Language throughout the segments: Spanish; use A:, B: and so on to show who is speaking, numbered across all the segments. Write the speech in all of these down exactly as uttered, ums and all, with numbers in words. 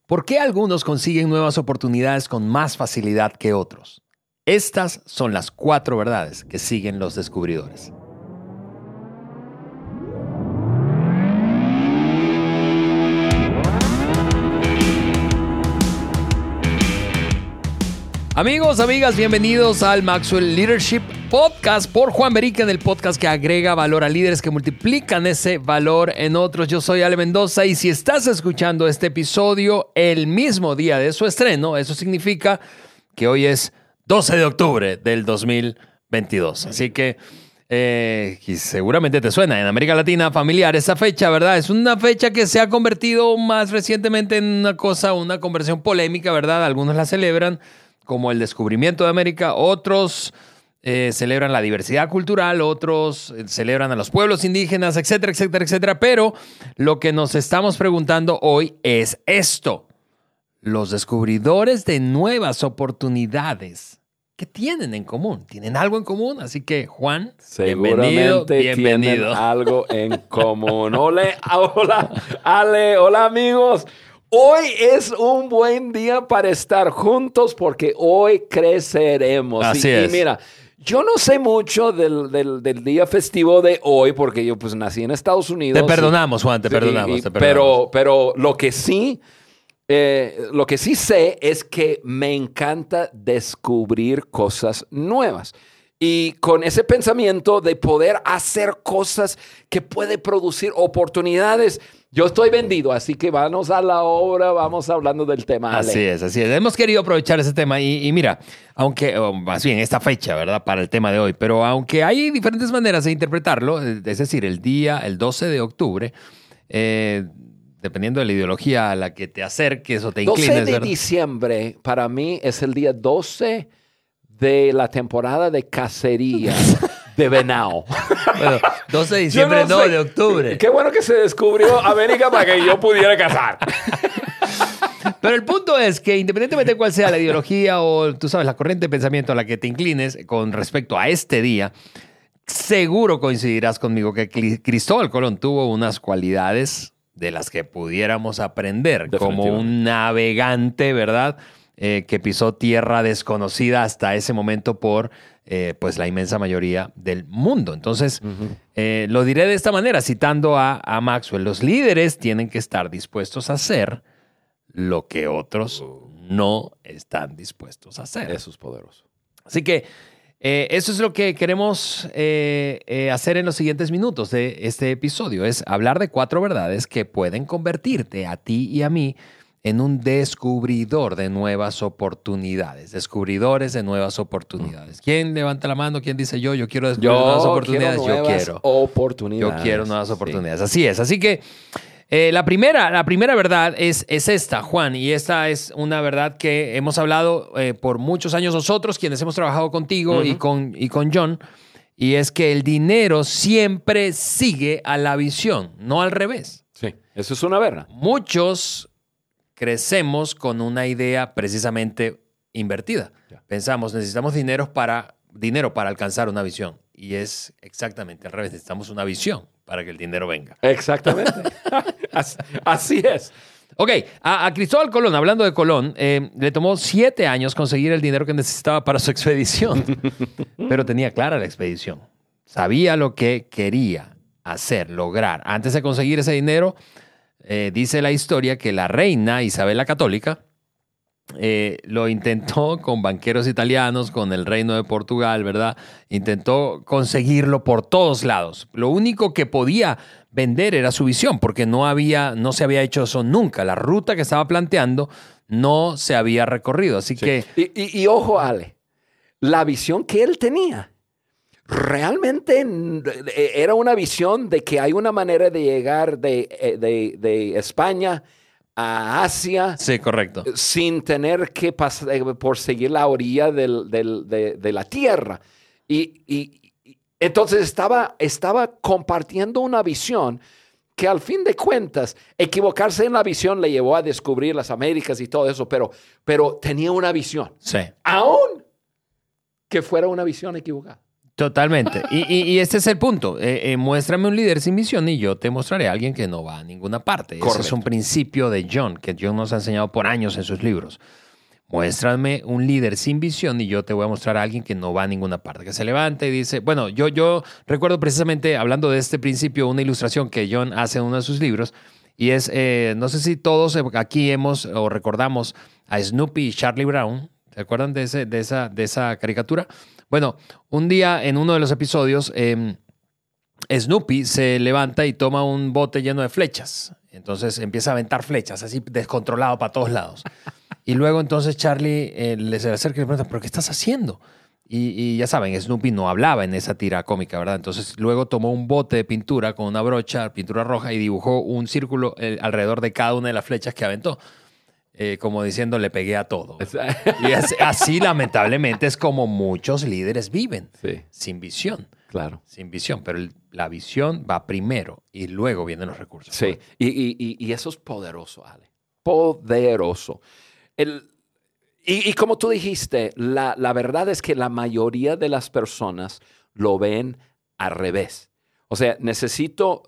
A: ¿Por qué algunos consiguen nuevas oportunidades con más facilidad que otros? Estas son las cuatro verdades que siguen los descubridores. Amigos, amigas, bienvenidos al Maxwell Leadership Podcast por Juan Beriken, el podcast que agrega valor a líderes que multiplican ese valor en otros. Yo soy Ale Mendoza y si estás escuchando este episodio el mismo día de su estreno, eso significa que hoy es doce de octubre del dos mil veintidós. Así que eh, seguramente te suena en América Latina familiar esa fecha, ¿verdad? Es una fecha que se ha convertido más recientemente en una cosa, una conversión polémica, ¿verdad? Algunos la celebran como el descubrimiento de América, otros eh, celebran la diversidad cultural, otros eh, celebran a los pueblos indígenas, etcétera, etcétera, etcétera. Pero lo que nos estamos preguntando hoy es esto. Los descubridores de nuevas oportunidades, ¿qué tienen en común? ¿Tienen algo en común? Así que, Juan, bienvenido, bienvenido.
B: Tienen algo en común. Hola, hola, Ale, hola amigos. Hoy es un buen día para estar juntos porque hoy creceremos.
A: Así
B: y,
A: es.
B: Y mira, yo no sé mucho del, del, del día festivo de hoy porque yo pues nací en Estados Unidos.
A: Te perdonamos, y, Juan, te perdonamos.
B: Y,
A: te perdonamos.
B: Pero, pero lo que sí, eh, lo que sí sé es que me encanta descubrir cosas nuevas. Y con ese pensamiento de poder hacer cosas que puede producir oportunidades, yo estoy vendido, así que vamos a la obra, vamos hablando del tema. Ale.
A: Así es, así es. Hemos querido aprovechar ese tema y, y mira, aunque, o más bien esta fecha, ¿verdad? Para el tema de hoy, pero aunque hay diferentes maneras de interpretarlo, es decir, el día, el doce de octubre, eh, dependiendo de la ideología a la que te acerques o te inclines.
B: doce de
A: ¿verdad?
B: diciembre para mí es el día doce de la temporada de cacería de venado.
A: Bueno, doce de diciembre, no, no de octubre.
B: Qué bueno que se descubrió América para que yo pudiera cazar.
A: Pero el punto es que independientemente de cuál sea la ideología o, tú sabes, la corriente de pensamiento a la que te inclines con respecto a este día, seguro coincidirás conmigo que Cristóbal Colón tuvo unas cualidades de las que pudiéramos aprender como un navegante, ¿verdad? Eh, que pisó tierra desconocida hasta ese momento por eh, pues la inmensa mayoría del mundo. Entonces, uh-huh. eh, lo diré de esta manera, citando a, a Maxwell. Los líderes tienen que estar dispuestos a hacer lo que otros uh. no están dispuestos a hacer.
B: Eso es poderoso.
A: Así que eh, eso es lo que queremos eh, eh, hacer en los siguientes minutos de este episodio. Es hablar de cuatro verdades que pueden convertirte a ti y a mí en un descubridor de nuevas oportunidades. Descubridores de nuevas oportunidades. ¿Quién levanta la mano? ¿Quién dice yo? Yo quiero descubrir
B: yo
A: nuevas oportunidades.
B: Quiero nuevas
A: yo quiero.
B: Oportunidades.
A: Yo quiero nuevas oportunidades. Sí. Así es. Así que eh, la, primera, la primera verdad es, es esta, Juan. Y esta es una verdad que hemos hablado eh, por muchos años nosotros, quienes hemos trabajado contigo uh-huh. y, con, y con John. Y es que el dinero siempre sigue a la visión, no al revés.
B: Sí, eso es una verdad.
A: Muchos crecemos con una idea precisamente invertida. Yeah. Pensamos, necesitamos dinero para, dinero para alcanzar una visión. Y es exactamente al revés. Necesitamos una visión para que el dinero venga.
B: Exactamente. así, así es.
A: Ok, a, a Cristóbal Colón, hablando de Colón, eh, le tomó siete años conseguir el dinero que necesitaba para su expedición. Pero tenía clara la expedición. Sabía lo que quería hacer, lograr. Antes de conseguir ese dinero, Eh, dice la historia que la reina Isabel la Católica eh, lo intentó con banqueros italianos, con el reino de Portugal, ¿verdad? Intentó conseguirlo por todos lados. Lo único que podía vender era su visión, porque no había, no se había hecho eso nunca. La ruta que estaba planteando no se había recorrido. Así sí. que...
B: Y, y, y ojo, Ale, la visión que él tenía realmente era una visión de que hay una manera de llegar de, de, de España a Asia.
A: Sí, correcto.
B: Sin tener que pasar por seguir la orilla del, del, de, de la tierra. Y, y, y entonces estaba, estaba compartiendo una visión que al fin de cuentas, equivocarse en la visión le llevó a descubrir las Américas y todo eso, pero, pero tenía una visión.
A: Sí.
B: Aún que fuera una visión equivocada.
A: Totalmente. Y, y, y este es el punto. Eh, eh, muéstrame un líder sin visión y yo te mostraré a alguien que no va a ninguna parte.
B: Correcto.
A: Ese es un principio de John, que John nos ha enseñado por años en sus libros. Muéstrame un líder sin visión y yo te voy a mostrar a alguien que no va a ninguna parte, que se levanta y dice, bueno, yo, yo recuerdo precisamente, hablando de este principio, una ilustración que John hace en uno de sus libros, y es, eh, no sé si todos aquí hemos o recordamos a Snoopy y Charlie Brown. ¿Se acuerdan de, ese, de, esa, de esa caricatura? Bueno, un día en uno de los episodios, eh, Snoopy se levanta y toma un bote lleno de flechas. Entonces empieza a aventar flechas, así descontrolado para todos lados. Y luego entonces Charlie eh, le se le acerca y le pregunta, ¿pero qué estás haciendo? Y, y ya saben, Snoopy no hablaba en esa tira cómica, ¿verdad? Entonces luego tomó un bote de pintura con una brocha, pintura roja, y dibujó un círculo eh, alrededor de cada una de las flechas que aventó. Eh, como diciendo, le pegué a todo. Y es, así, lamentablemente, es como muchos líderes viven.
B: Sí.
A: Sin visión.
B: Claro.
A: Sin visión. Pero el, la visión va primero y luego vienen los recursos.
B: Sí. Y, y, y eso es poderoso, Ale. Poderoso. El, y, y como tú dijiste, la, la verdad es que la mayoría de las personas lo ven al revés. O sea, necesito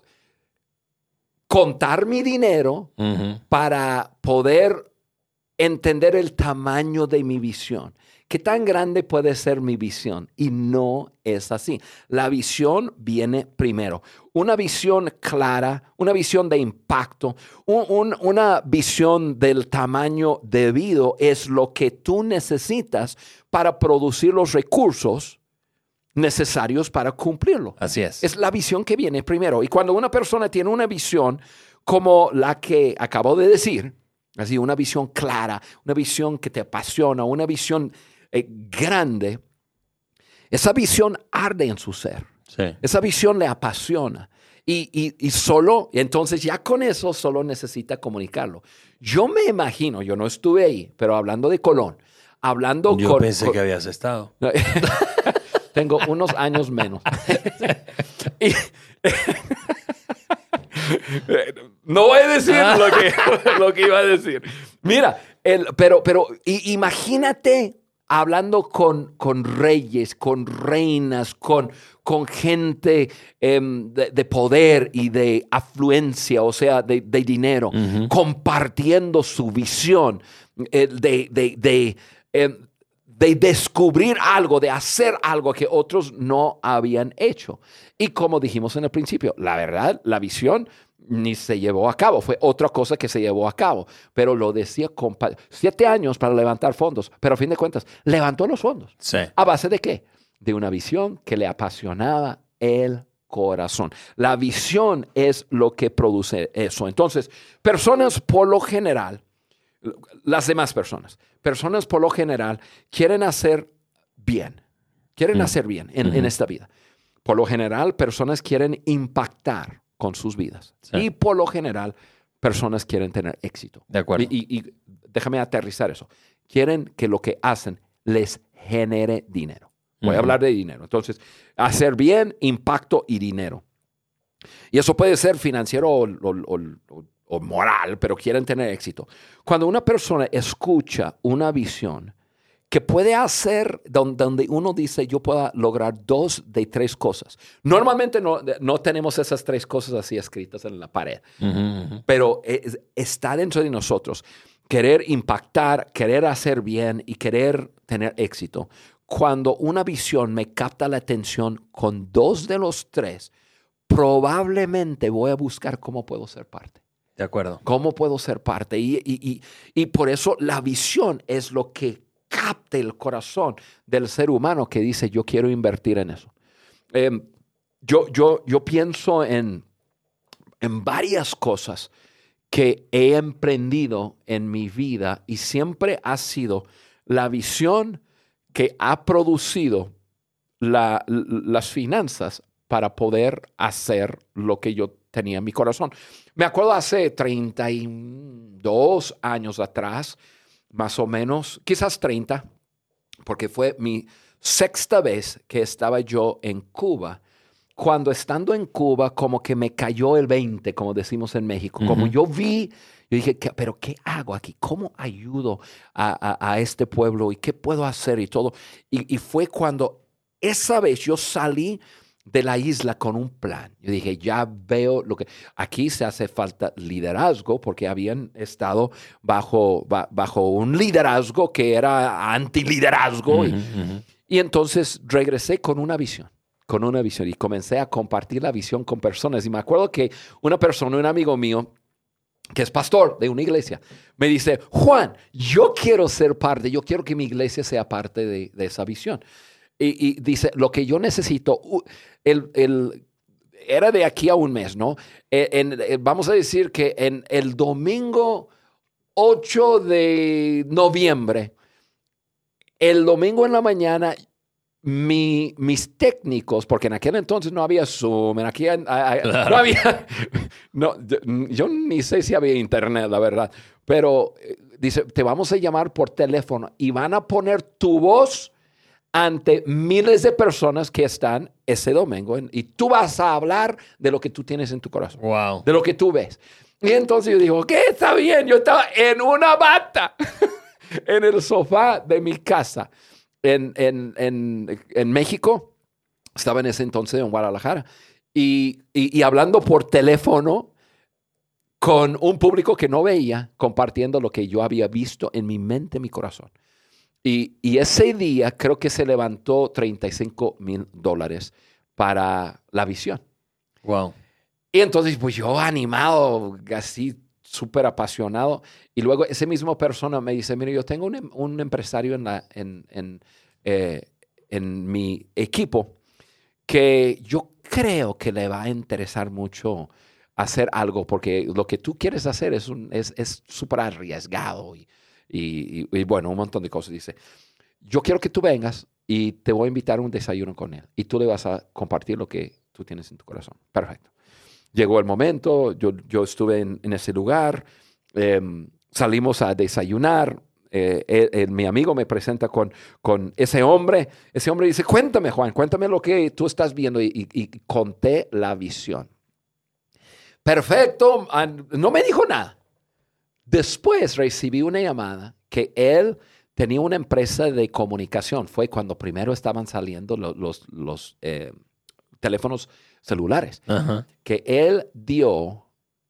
B: contar mi dinero uh-huh. para poder entender el tamaño de mi visión. ¿Qué tan grande puede ser mi visión? Y no es así. La visión viene primero. Una visión clara, una visión de impacto, un, un, una visión del tamaño debido es lo que tú necesitas para producir los recursos necesarios para cumplirlo.
A: Así es.
B: Es la visión que viene primero. Y cuando una persona tiene una visión como la que acabo de decir, así una visión clara, una visión que te apasiona, una visión eh, grande, esa visión arde en su ser.
A: Sí.
B: Esa visión le apasiona. Y, y, y solo, entonces ya con eso solo necesita comunicarlo. Yo me imagino, yo no estuve ahí, pero hablando de Colón, hablando
A: yo
B: con...
A: Yo pensé
B: con,
A: que habías estado.
B: Tengo unos años menos. y, no voy a decir lo que, lo que iba a decir. Mira, el, pero, pero y, imagínate hablando con, con reyes, con reinas, con, con gente eh, de, de poder y de afluencia, o sea, de, de dinero, uh-huh. compartiendo su visión eh, de... de, de eh, de descubrir algo, de hacer algo que otros no habían hecho. Y como dijimos en el principio, la verdad, la visión ni se llevó a cabo. Fue otra cosa que se llevó a cabo. Pero lo decía con pa- siete años para levantar fondos. Pero a fin de cuentas, levantó los fondos.
A: Sí.
B: ¿A base de qué? De una visión que le apasionaba el corazón. La visión es lo que produce eso. Entonces, personas por lo general, las demás personas, personas por lo general quieren hacer bien, quieren mm. hacer bien en, mm-hmm. en esta vida. Por lo general, personas quieren impactar con sus vidas. Sí. Y por lo general, personas quieren tener éxito.
A: De acuerdo.
B: Y, y, y déjame aterrizar eso. Quieren que lo que hacen les genere dinero. Voy mm-hmm. a hablar de dinero. Entonces, hacer bien, impacto y dinero. Y eso puede ser financiero o, o, o, o moral, pero quieren tener éxito. Cuando una persona escucha una visión que puede hacer, donde uno dice, yo puedo lograr dos de tres cosas. Normalmente no, no tenemos esas tres cosas así escritas en la pared, uh-huh. pero es, está dentro de nosotros. Querer impactar, querer hacer bien y querer tener éxito. Cuando una visión me capta la atención con dos de los tres, probablemente voy a buscar cómo puedo ser parte.
A: De acuerdo.
B: ¿Cómo puedo ser parte? Y, y, y, y por eso la visión es lo que capta el corazón del ser humano que dice, yo quiero invertir en eso. Eh, yo, yo, yo pienso en, en varias cosas que he emprendido en mi vida y siempre ha sido la visión que ha producido la, las finanzas para poder hacer lo que yo tenía en mi corazón. Me acuerdo hace treinta y dos años atrás, más o menos, quizás treinta, porque fue mi sexta vez que estaba yo en Cuba. Cuando estando en Cuba, como que me cayó el veinte, como decimos en México. Uh-huh. Como yo vi, yo dije, ¿pero qué hago aquí? ¿Cómo ayudo a, a, a este pueblo? ¿Y qué puedo hacer? Y todo. Y, y fue cuando esa vez yo salí de la isla con un plan. Yo dije, ya veo lo que... Aquí se hace falta liderazgo porque habían estado bajo, ba, bajo un liderazgo que era antiliderazgo. Uh-huh, y, uh-huh. y entonces regresé con una visión, con una visión y comencé a compartir la visión con personas. Y me acuerdo que una persona, un amigo mío, que es pastor de una iglesia, me dice, Juan, yo quiero ser parte, yo quiero que mi iglesia sea parte de, de esa visión. Y, y dice, lo que yo necesito, el, el, era de aquí a un mes, ¿no? En, en, vamos a decir que en el domingo ocho de noviembre, el domingo en la mañana, mi, mis técnicos, porque en aquel entonces no había Zoom, en aquel, claro. no había, no, yo ni sé si había internet, la verdad, pero dice, te vamos a llamar por teléfono y van a poner tu voz ante miles de personas que están ese domingo en, y tú vas a hablar de lo que tú tienes en tu corazón,
A: wow.
B: de lo que tú ves. Y entonces yo digo, ¿qué? Está bien. Yo estaba en una bata en el sofá de mi casa en, en, en, en México. Estaba en ese entonces en Guadalajara y, y, y hablando por teléfono con un público que no veía, compartiendo lo que yo había visto en mi mente, en mi corazón. Y, y ese día creo que se levantó treinta y cinco mil dólares para la visión.
A: Wow.
B: Y entonces, pues yo animado, así súper apasionado. Y luego esa misma persona me dice, mire, yo tengo un, un empresario en, la, en, en, eh, en mi equipo que yo creo que le va a interesar mucho hacer algo porque lo que tú quieres hacer es un, es, es súper arriesgado y Y, y, y bueno, un montón de cosas. Dice, yo quiero que tú vengas y te voy a invitar a un desayuno con él. Y tú le vas a compartir lo que tú tienes en tu corazón. Perfecto. Llegó el momento, yo, yo estuve en, en ese lugar, eh, salimos a desayunar. Eh, él, él, mi amigo me presenta con, con ese hombre. Ese hombre dice, cuéntame, Juan, cuéntame lo que tú estás viendo. Y, y, y conté la visión. Perfecto. No me dijo nada. Después recibí una llamada que él tenía una empresa de comunicación. Fue cuando primero estaban saliendo los, los, los eh, teléfonos celulares. Uh-huh. Que él dio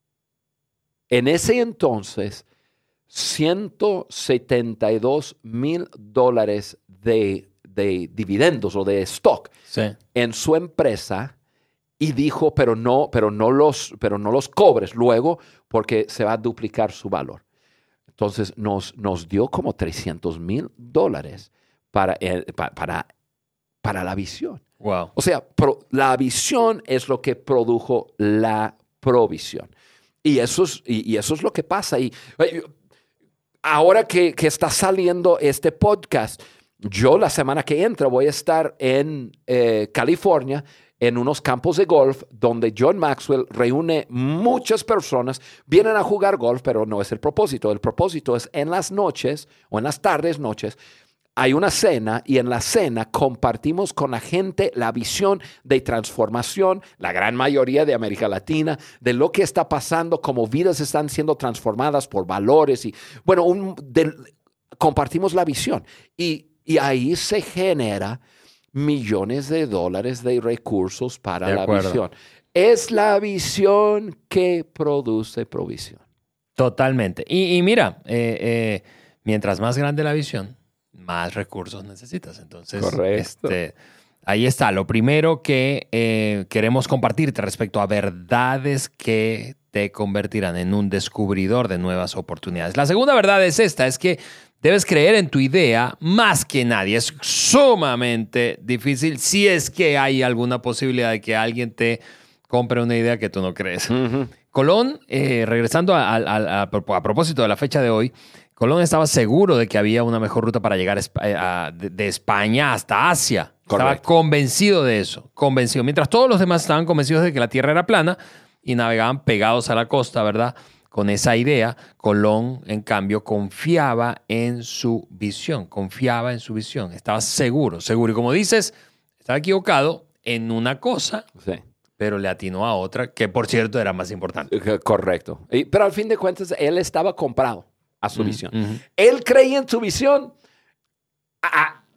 B: en ese entonces ciento setenta y dos mil dólares de, de dividendos o de stock
A: sí.
B: en su empresa. Y dijo, pero no, pero, no los, pero no los cobres luego porque se va a duplicar su valor. Entonces nos, nos dio como trescientos mil dólares para, eh, para, para, para la visión.
A: Wow.
B: O sea, pro, la visión es lo que produjo la provisión. Y eso es, y, y eso es lo que pasa. Y ahora que, que está saliendo este podcast, yo la semana que entra voy a estar en eh, California, en unos campos de golf donde John Maxwell reúne muchas personas, vienen a jugar golf, pero no es el propósito. El propósito es en las noches o en las tardes, noches, hay una cena y en la cena compartimos con la gente la visión de transformación, la gran mayoría de América Latina, de lo que está pasando, cómo vidas están siendo transformadas por valores y, bueno, un, de, compartimos la visión y, y ahí se genera millones de dólares de recursos para
A: de
B: la
A: acuerdo.
B: visión. Es la visión que produce provisión.
A: Totalmente. Y, y mira, eh, eh, mientras más grande la visión, más recursos necesitas. Entonces,
B: correcto.
A: Este, ahí está. Lo primero que eh, queremos compartirte respecto a verdades que te convertirán en un descubridor de nuevas oportunidades. La segunda verdad es esta, es que debes creer en tu idea más que nadie. Es sumamente difícil si es que hay alguna posibilidad de que alguien te compre una idea que tú no crees.
B: Uh-huh.
A: Colón, eh, regresando a, a, a, a propósito de la fecha de hoy, Colón estaba seguro de que había una mejor ruta para llegar a, a, de, de España hasta Asia.
B: Correcto.
A: Estaba convencido de eso, convencido. Mientras todos los demás estaban convencidos de que la Tierra era plana y navegaban pegados a la costa, ¿verdad? Con esa idea, Colón, en cambio, confiaba en su visión, confiaba en su visión. Estaba seguro, seguro. Y como dices, estaba equivocado en una cosa,
B: sí.
A: pero le atinó a otra, que por cierto era más importante.
B: Correcto. Y, pero al fin de cuentas, él estaba comprado a su
A: Mm,
B: visión.
A: mm-hmm.
B: Él creía en su visión a,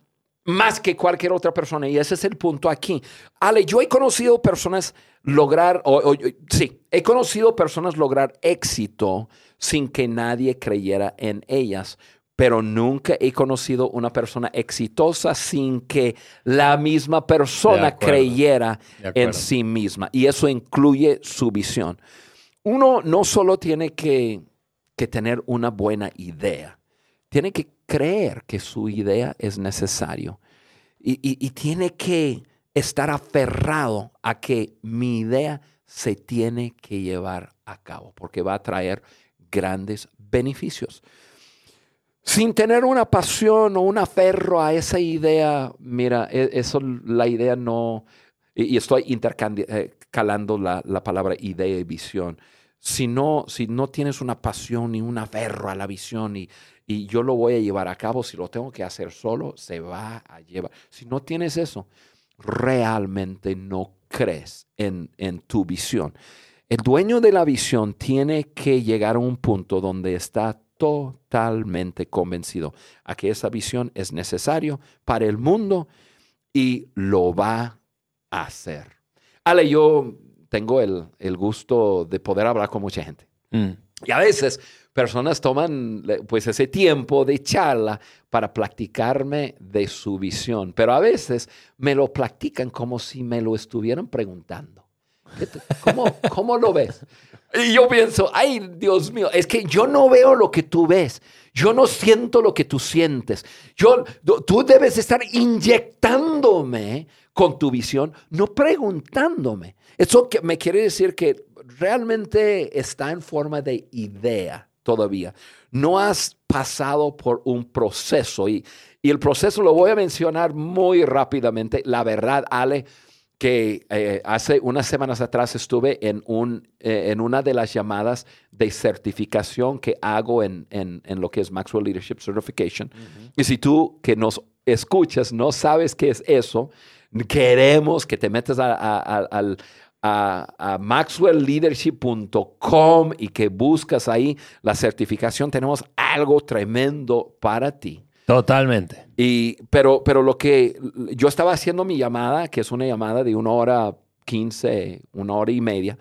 B: más que cualquier otra persona. Y ese es el punto aquí. Ale, yo he conocido personas lograr, o, o, sí, he conocido personas lograr éxito sin que nadie creyera en ellas, pero nunca he conocido una persona exitosa sin que la misma persona creyera en sí misma. Y eso incluye su visión. Uno no solo tiene que, que tener una buena idea, tiene que creer que su idea es necesario y, y, y tiene que estar aferrado a que mi idea se tiene que llevar a cabo porque va a traer grandes beneficios. Sin tener una pasión o un aferro a esa idea, mira, eso la idea no, y, y estoy intercalando la, la palabra idea y visión. Si no, si no tienes una pasión y un aferro a la visión y, y yo lo voy a llevar a cabo, si lo tengo que hacer solo, se va a llevar. Si no tienes eso, realmente no crees en, en tu visión. El dueño de la visión tiene que llegar a un punto donde está totalmente convencido a que esa visión es necesaria para el mundo y lo va a hacer. Ale, yo tengo el, el gusto de poder hablar con mucha gente. Mm. Y a veces personas toman pues ese tiempo de charla para platicarme de su visión, pero a veces me lo platican como si me lo estuvieran preguntando. ¿Cómo, cómo lo ves? Y yo pienso, ay, Dios mío, es que yo no veo lo que tú ves. Yo no siento lo que tú sientes. Yo, tú debes estar inyectándome con tu visión, no preguntándome. Eso que me quiere decir que realmente está en forma de idea todavía. No has pasado por un proceso. Y, y el proceso lo voy a mencionar muy rápidamente. La verdad, Ale, que eh, hace unas semanas atrás estuve en, un, eh, en una de las llamadas de certificación que hago en, en, en lo que es Maxwell Leadership Certification. Uh-huh. Y si tú que nos escuchas no sabes qué es eso, queremos que te metas a, a, a, a, a maxwell leadership punto com y que buscas ahí la certificación. Tenemos algo tremendo para ti.
A: Totalmente.
B: Y, pero, pero lo que yo estaba haciendo mi llamada, que es una llamada de una hora quince, una hora y media,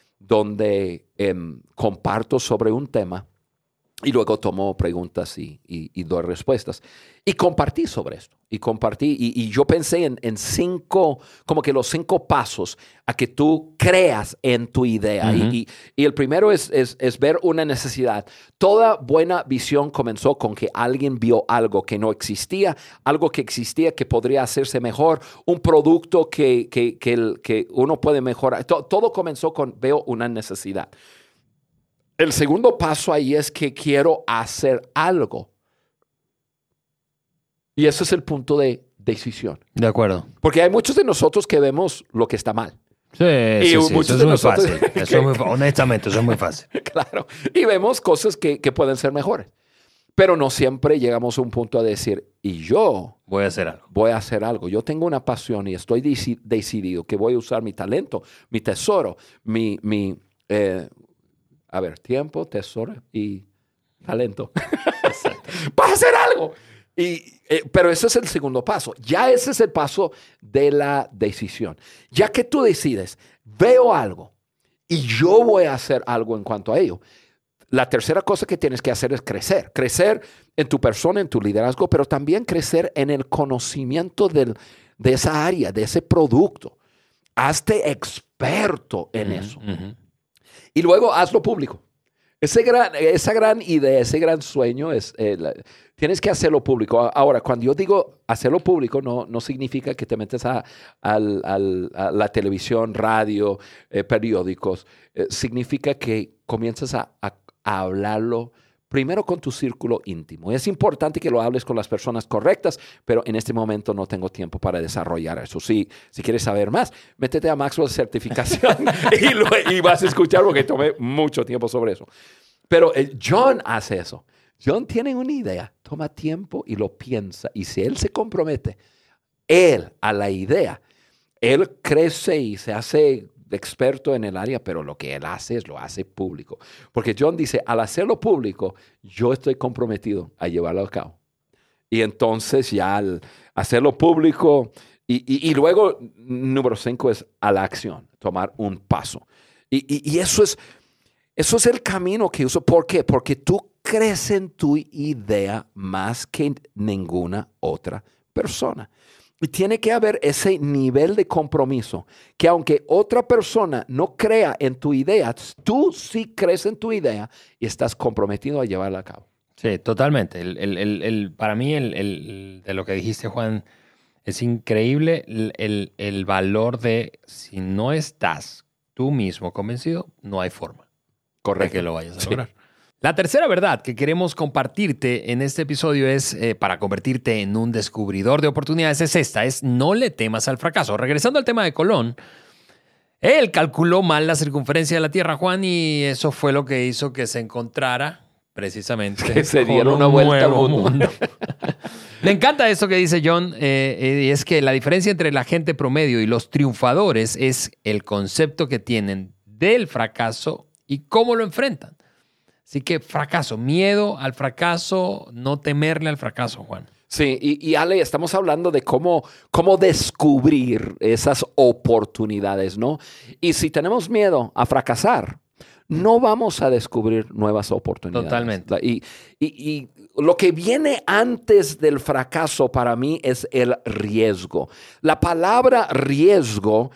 B: donde eh, comparto sobre un tema y luego tomo preguntas y, y, y doy respuestas. Y compartí sobre esto. Y compartí. Y, y yo pensé en, en cinco, como que los cinco pasos a que tú creas en tu idea. Uh-huh. y, y, y el primero es, es, es ver una necesidad. Toda buena visión comenzó con que alguien vio algo que no existía, algo que existía que podría hacerse mejor, un producto que, que, que, el, que uno puede mejorar. Todo, todo comenzó con veo una necesidad. El segundo paso ahí es que quiero hacer algo. Y ese es el punto de decisión.
A: De acuerdo.
B: Porque hay muchos de nosotros que vemos lo que está mal.
A: Sí, y sí, sí. Eso es muy fácil. Que, eso es muy, honestamente, eso es muy fácil.
B: Claro. Y vemos cosas que, que pueden ser mejores. Pero no siempre llegamos a un punto a decir, y yo
A: voy a hacer algo.
B: Voy a hacer algo. Yo tengo una pasión y estoy deci- decidido que voy a usar mi talento, mi tesoro, mi... mi eh, a ver, tiempo, tesoro y talento. ¡Vas a hacer algo! Y, eh, pero ese es el segundo paso. Ya ese es el paso de la decisión. Ya que tú decides, veo algo y yo voy a hacer algo en cuanto a ello. La tercera cosa que tienes que hacer es crecer. Crecer en tu persona, en tu liderazgo, pero también crecer en el conocimiento del, de esa área, de ese producto. Hazte experto en uh-huh, eso. Uh-huh. Y luego hazlo público. Ese gran, esa gran idea, ese gran sueño, es, eh, la, tienes que hacerlo público. Ahora, cuando yo digo hacerlo público, no, no significa que te metes a, a, a, a la televisión, radio, eh, periódicos. Eh, significa que comienzas a, a, a hablarlo primero con tu círculo íntimo. Es importante que lo hables con las personas correctas, pero en este momento no tengo tiempo para desarrollar eso. Si, si quieres saber más, métete a Maxwell Certificación y, lo, y vas a escuchar porque tomé mucho tiempo sobre eso. Pero eh, John hace eso. John tiene una idea, toma tiempo y lo piensa. Y si él se compromete, él a la idea, él crece y se hace experto en el área, pero lo que él hace es lo hace público. Porque John dice, al hacerlo público, yo estoy comprometido a llevarlo a cabo. Y entonces ya al hacerlo público, y, y, y luego, número cinco es a la acción, tomar un paso. Y, y, y eso es, eso es el camino que uso. ¿Por qué? Porque tú crees en tu idea más que ninguna otra persona. Y tiene que haber ese nivel de compromiso, que aunque otra persona no crea en tu idea, tú sí crees en tu idea y estás comprometido a llevarla a cabo.
A: Sí, totalmente. El, el, el, el, para mí, el, el, de lo que dijiste, Juan, es increíble el, el, el valor de si no estás tú mismo convencido, no hay forma.
B: Correcto.
A: De que lo vayas a
B: Sí.
A: lograr. La tercera verdad que queremos compartirte en este episodio es, eh, para convertirte en un descubridor de oportunidades, es esta, es no le temas al fracaso. Regresando al tema de Colón, él calculó mal la circunferencia de la Tierra, Juan, y eso fue lo que hizo que se encontrara precisamente
B: Que se diera
A: con
B: una
A: un
B: vuelta al
A: nuevo
B: mundo.
A: mundo. Me encanta esto que dice John, eh, eh, y es que la diferencia entre la gente promedio y los triunfadores es el concepto que tienen del fracaso y cómo lo enfrentan. Así que fracaso, miedo al fracaso, no temerle al fracaso, Juan.
B: Sí, y, y Ale, estamos hablando de cómo, cómo descubrir esas oportunidades, ¿no? Y si tenemos miedo a fracasar, no vamos a descubrir nuevas oportunidades.
A: Totalmente.
B: Y, y, y lo que viene antes del fracaso para mí es el riesgo. La palabra riesgo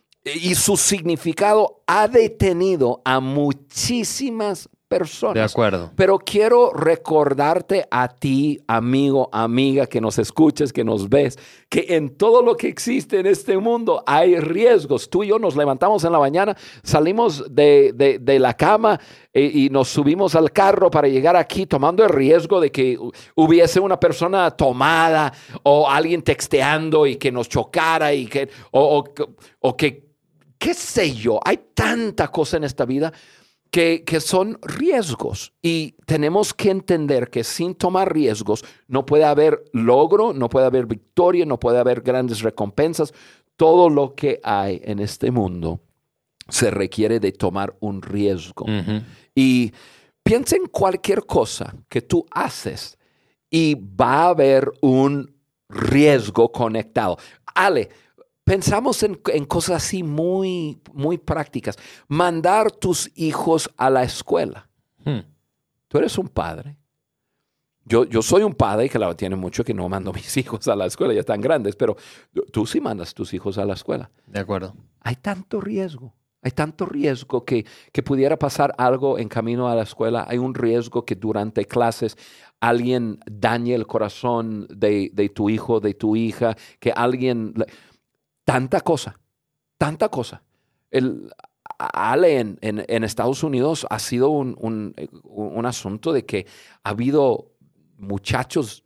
B: y su significado ha detenido a muchísimas personas.
A: De acuerdo.
B: Pero quiero recordarte a ti, amigo, amiga, que nos escuches, que nos ves, que en todo lo que existe en este mundo hay riesgos. Tú y yo nos levantamos en la mañana, salimos de, de, de la cama eh, y nos subimos al carro para llegar aquí tomando el riesgo de que hubiese una persona tomada o alguien texteando y que nos chocara y que, o, o, o que, qué sé yo, hay tanta cosa en esta vida Que, que son riesgos y tenemos que entender que sin tomar riesgos no puede haber logro, no puede haber victoria, no puede haber grandes recompensas. Todo lo que hay en este mundo se requiere de tomar un riesgo.
A: Uh-huh.
B: Y piensa en cualquier cosa que tú haces y va a haber un riesgo conectado. Ale, pensamos en, en cosas así muy, muy prácticas. Mandar tus hijos a la escuela.
A: Hmm.
B: Tú eres un padre. Yo, yo soy un padre que la tiene mucho que no mando mis hijos a la escuela, ya están grandes, pero tú sí mandas tus hijos a la escuela.
A: De acuerdo.
B: Hay tanto riesgo. Hay tanto riesgo que, que pudiera pasar algo en camino a la escuela. Hay un riesgo que durante clases alguien dañe el corazón de, de tu hijo, de tu hija, que alguien... Tanta cosa, tanta cosa. El, Ale, en, en, en Estados Unidos ha sido un, un, un asunto de que ha habido muchachos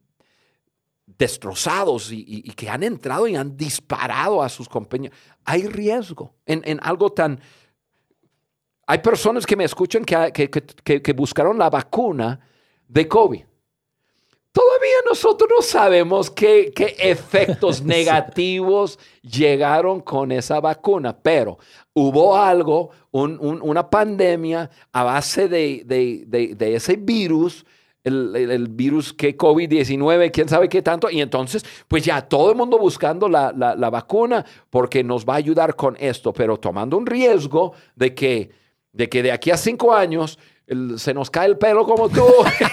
B: destrozados y, y, y que han entrado y han disparado a sus compañeros. Hay riesgo en, en algo tan... Hay personas que me escuchan que, que, que, que buscaron la vacuna de COVID. Todavía nosotros no sabemos qué, qué efectos negativos llegaron con esa vacuna, pero hubo algo, un, un, una pandemia a base de, de, de, de ese virus, el, el, el virus que COVID diecinueve, quién sabe qué tanto, y entonces pues ya todo el mundo buscando la, la, la vacuna porque nos va a ayudar con esto, pero tomando un riesgo de que de, que de aquí a cinco años el, se nos cae el pelo como tú.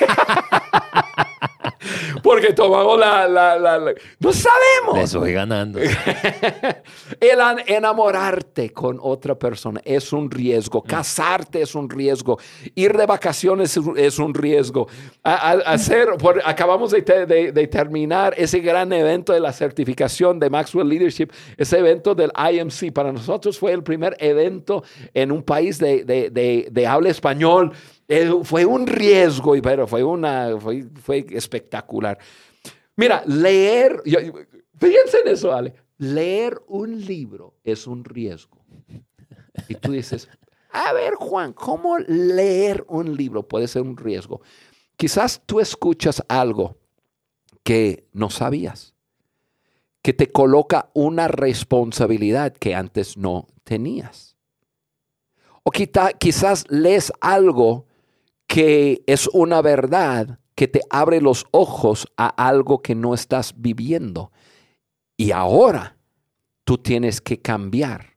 B: Porque tomamos la, la, la, la... No sabemos.
A: Les voy ganando.
B: El enamorarte con otra persona es un riesgo. Casarte es un riesgo. Ir de vacaciones es un riesgo. A, a, hacer, por, acabamos de, te, de, de terminar ese gran evento de la certificación de Maxwell Leadership. Ese evento del I M C. Para nosotros fue el primer evento en un país de, de, de, de habla español. Fue un riesgo, pero fue, una, fue, fue espectacular. Mira, leer, yo, fíjense en eso, Ale, leer un libro es un riesgo. Y tú dices, a ver, Juan, ¿cómo leer un libro puede ser un riesgo? Quizás tú escuchas algo que no sabías, que te coloca una responsabilidad que antes no tenías. O quizá, quizás lees algo que es una verdad que te abre los ojos a algo que no estás viviendo. Y ahora tú tienes que cambiar.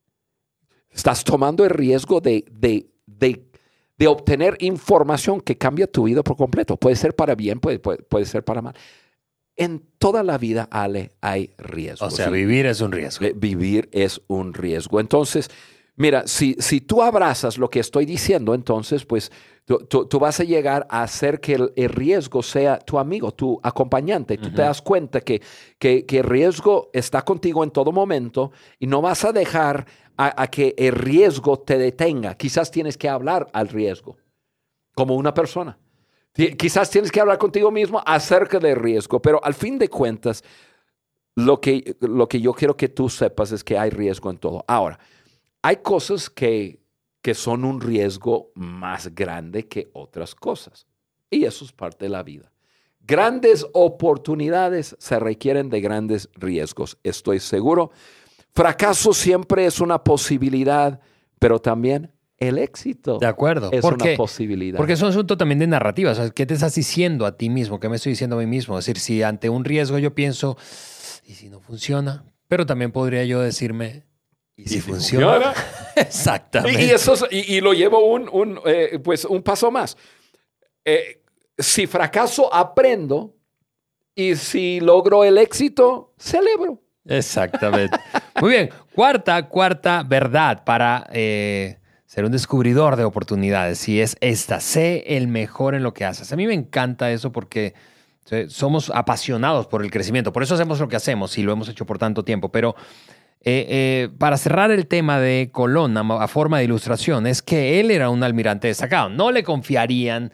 B: Estás tomando el riesgo de, de, de, de obtener información que cambia tu vida por completo. Puede ser para bien, puede, puede, puede ser para mal. En toda la vida, Ale, hay riesgo.
A: O sea,
B: ¿sí?
A: vivir es un riesgo.
B: Vivir es un riesgo. Entonces, mira, si, si tú abrazas lo que estoy diciendo, entonces, pues, tú, tú, tú vas a llegar a hacer que el, el riesgo sea tu amigo, tu acompañante. Tú uh-huh. te das cuenta que, que, que el riesgo está contigo en todo momento y no vas a dejar a, a que el riesgo te detenga. Quizás tienes que hablar al riesgo como una persona. Quizás tienes que hablar contigo mismo acerca del riesgo, pero al fin de cuentas, lo que, lo que yo quiero que tú sepas es que hay riesgo en todo. Ahora, hay cosas que, que son un riesgo más grande que otras cosas, y eso es parte de la vida. Grandes oportunidades se requieren de grandes riesgos, estoy seguro. Fracaso siempre es una posibilidad, pero también el éxito
A: de acuerdo.
B: es
A: ¿Por
B: una
A: qué?
B: posibilidad.
A: Porque es un asunto también de narrativa. O sea, ¿qué te estás diciendo a ti mismo? ¿Qué me estoy diciendo a mí mismo? Es decir, si ante un riesgo yo pienso, ¿y si no funciona? Pero también podría yo decirme, ¿y si, ¿Y si funciona? funciona? Exactamente.
B: Y, y, eso es, y, y lo llevo un, un, eh, pues un paso más. Eh, si fracaso, aprendo. Y si logro el éxito, celebro.
A: Exactamente. Muy bien. Cuarta, cuarta verdad para eh, ser un descubridor de oportunidades. Y es esta. Sé el mejor en lo que haces. A mí me encanta eso porque somos apasionados por el crecimiento. Por eso hacemos lo que hacemos y lo hemos hecho por tanto tiempo. Pero eh, eh, para cerrar el tema de Colón a, a forma de ilustración, es que él era un almirante destacado. No le confiarían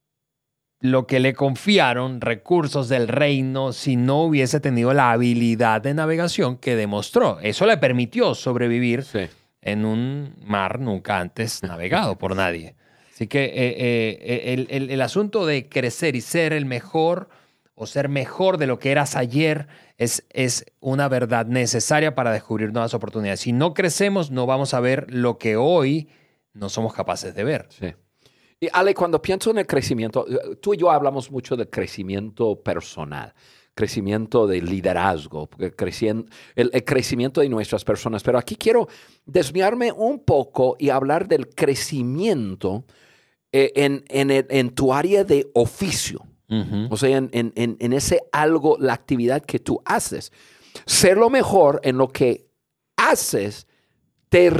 A: lo que le confiaron, recursos del reino, si no hubiese tenido la habilidad de navegación que demostró. Eso le permitió sobrevivir sí. en un mar nunca antes navegado por nadie. Así que eh, eh, el, el, el asunto de crecer y ser el mejor o ser mejor de lo que eras ayer es, es una verdad necesaria para descubrir nuevas oportunidades. Si no crecemos, no vamos a ver lo que hoy no somos capaces de ver.
B: Sí. Y Ale, cuando pienso en el crecimiento, tú y yo hablamos mucho de crecimiento personal, crecimiento de liderazgo, el, el crecimiento de nuestras personas. Pero aquí quiero desviarme un poco y hablar del crecimiento eh, en, en, el, en tu área de oficio. Uh-huh. O sea, en, en, en ese algo, la actividad que tú haces. Ser lo mejor en lo que haces te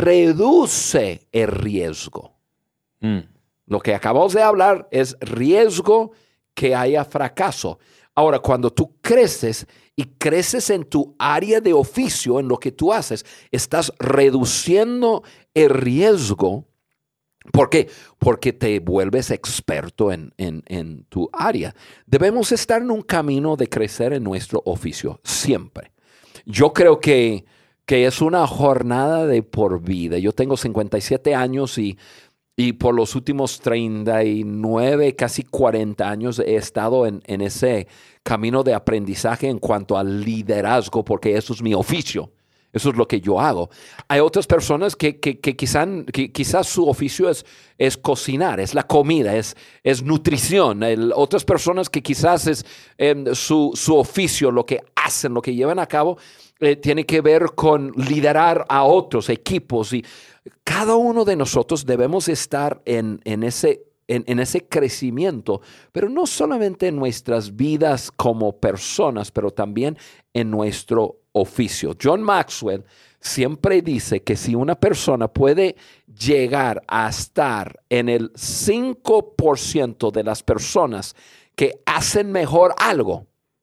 B: reduce el riesgo. Mm. Lo que acabamos de hablar es riesgo que haya fracaso. Ahora, cuando tú creces y creces en tu área de oficio, en lo que tú haces, estás reduciendo el riesgo. ¿Por qué? Porque te vuelves experto en, en, en tu área. Debemos estar en un camino de crecer en nuestro oficio, siempre. Yo creo que, que es una jornada de por vida. Yo tengo cincuenta y siete años y... Y por los últimos treinta y nueve, casi cuarenta años he estado en, en ese camino de aprendizaje en cuanto al liderazgo, porque eso es mi oficio. Eso es lo que yo hago. Hay otras personas que, que, que, quizá, que quizás su oficio es, es cocinar, es la comida, es, es nutrición. El, otras personas que quizás es eh, su, su oficio, lo que hacen, lo que llevan a cabo, eh, tiene que ver con liderar a otros equipos. Y cada uno de nosotros debemos estar en, en, ese, en, en ese crecimiento, pero no solamente en nuestras vidas como personas, pero también en nuestro oficio. John Maxwell siempre dice que si una persona puede llegar a estar en el cinco por ciento de las personas que hacen mejor algo,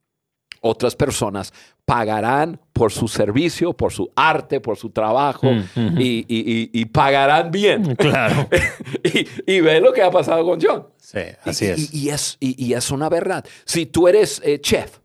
B: otras personas pagarán por su servicio, por su arte, por su trabajo mm-hmm. y, y, y, y pagarán bien.
A: Claro.
B: y, y ve lo que ha pasado con John.
A: Sí, así
B: y,
A: es.
B: Y, y, es y, y es una verdad. Si tú eres eh, chef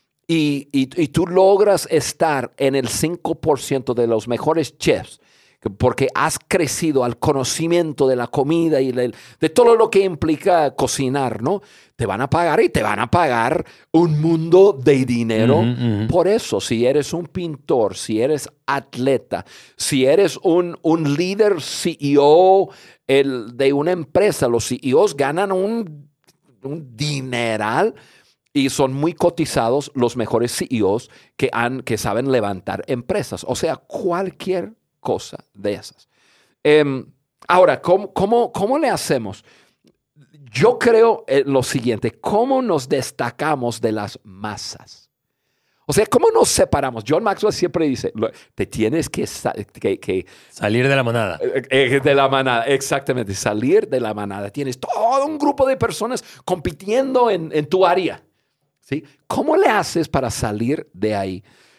B: y, y, y tú logras estar en el cinco por ciento de los mejores chefs, porque has crecido al conocimiento de la comida y de, de todo lo que implica cocinar, ¿no? Te van a pagar y te van a pagar un mundo de dinero uh-huh, uh-huh. por eso. Si eres un pintor, si eres atleta, si eres un, un líder C E O el, de una empresa, los C E Os ganan un, un dineral y son muy cotizados los mejores C E Os que, han, que saben levantar empresas. O sea, cualquier cosa de esas. Eh, ahora, ¿cómo, cómo, ¿cómo le hacemos? Yo creo eh, lo siguiente, ¿cómo nos destacamos de las masas? O sea, ¿cómo nos separamos? John Maxwell siempre dice, te tienes que, que, que
A: salir de la manada.
B: Eh, de la manada, exactamente, salir de la manada. Tienes todo un grupo de personas compitiendo en, en tu área. ¿Sí? ¿Cómo le haces para salir de ahí?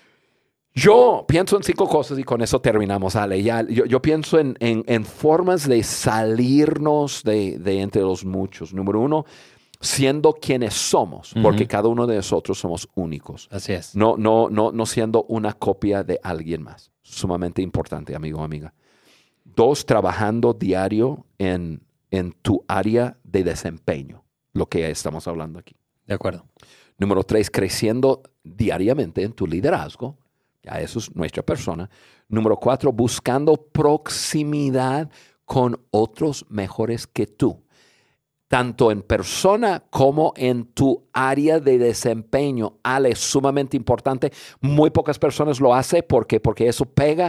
B: Yo pienso en cinco cosas y con eso terminamos, Ale. Ya, yo, yo pienso en, en, en formas de salirnos de, de entre los muchos. Número uno, siendo quienes somos, uh-huh. porque cada uno de nosotros somos únicos.
A: Así es.
B: No, no, no, no siendo una copia de alguien más. Sumamente importante, amigo o amiga. Dos, trabajando diario en, en tu área de desempeño, lo que estamos hablando aquí.
A: De acuerdo.
B: Número tres, creciendo diariamente en tu liderazgo. Ya eso es nuestra persona. Número cuatro, buscando proximidad con otros mejores que tú, tanto en persona como en tu área de desempeño. Ale, es sumamente importante. Muy pocas personas lo hacen porque, porque eso pega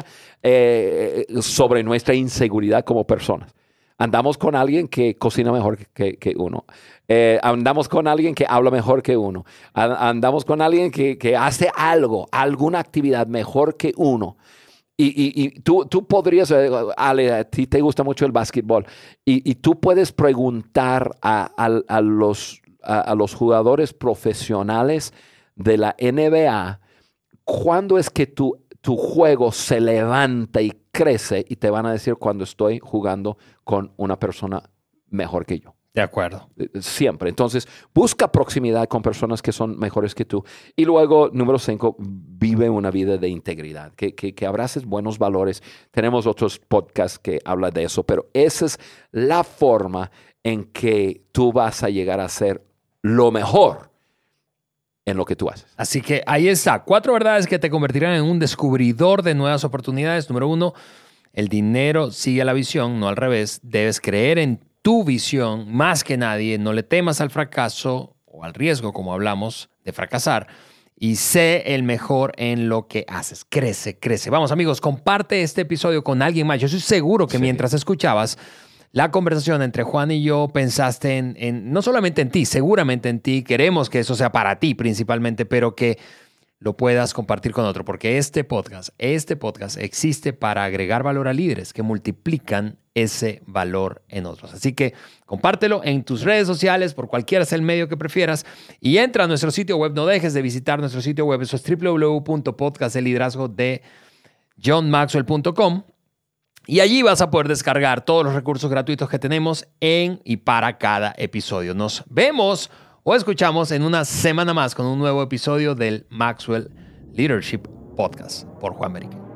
B: eh, sobre nuestra inseguridad como personas. Andamos con alguien que cocina mejor que, que uno. Eh, andamos con alguien que habla mejor que uno. Andamos con alguien que, que hace algo, alguna actividad mejor que uno. Y, y, y tú, tú podrías, Ale, a ti te gusta mucho el básquetbol, y, y tú puedes preguntar a, a, a, los, a, a los jugadores profesionales de la N B A cuándo es que tu, tu juego se levanta y crece, y te van a decir cuando estoy jugando con una persona mejor que yo.
A: De acuerdo.
B: Siempre. Entonces, busca proximidad con personas que son mejores que tú. Y luego, número cinco, vive una vida de integridad, que, que, que abraces buenos valores. Tenemos otros podcasts que hablan de eso, pero esa es la forma en que tú vas a llegar a ser lo mejor en lo que tú haces.
A: Así que ahí está. Cuatro verdades que te convertirán en un descubridor de nuevas oportunidades. Número uno, el dinero sigue la visión, no al revés. Debes creer en tu visión más que nadie. No le temas al fracaso o al riesgo, como hablamos, de fracasar. Y sé el mejor en lo que haces. Crece, crece. Vamos, amigos, comparte este episodio con alguien más. Yo estoy seguro que sí. Mientras escuchabas la conversación entre Juan y yo, pensaste en, en no solamente en ti, seguramente en ti. Queremos que eso sea para ti principalmente, pero que lo puedas compartir con otro, porque este podcast, este podcast existe para agregar valor a líderes que multiplican ese valor en otros. Así que compártelo en tus redes sociales, por cualquiera sea el medio que prefieras, y entra a nuestro sitio web. No dejes de visitar nuestro sitio web. Eso es doble u doble u doble u punto podcast el liderazgo de john maxwell punto com. Y allí vas a poder descargar todos los recursos gratuitos que tenemos en y para cada episodio. Nos vemos o escuchamos en una semana más con un nuevo episodio del Maxwell Leadership Podcast por Juan Beriken.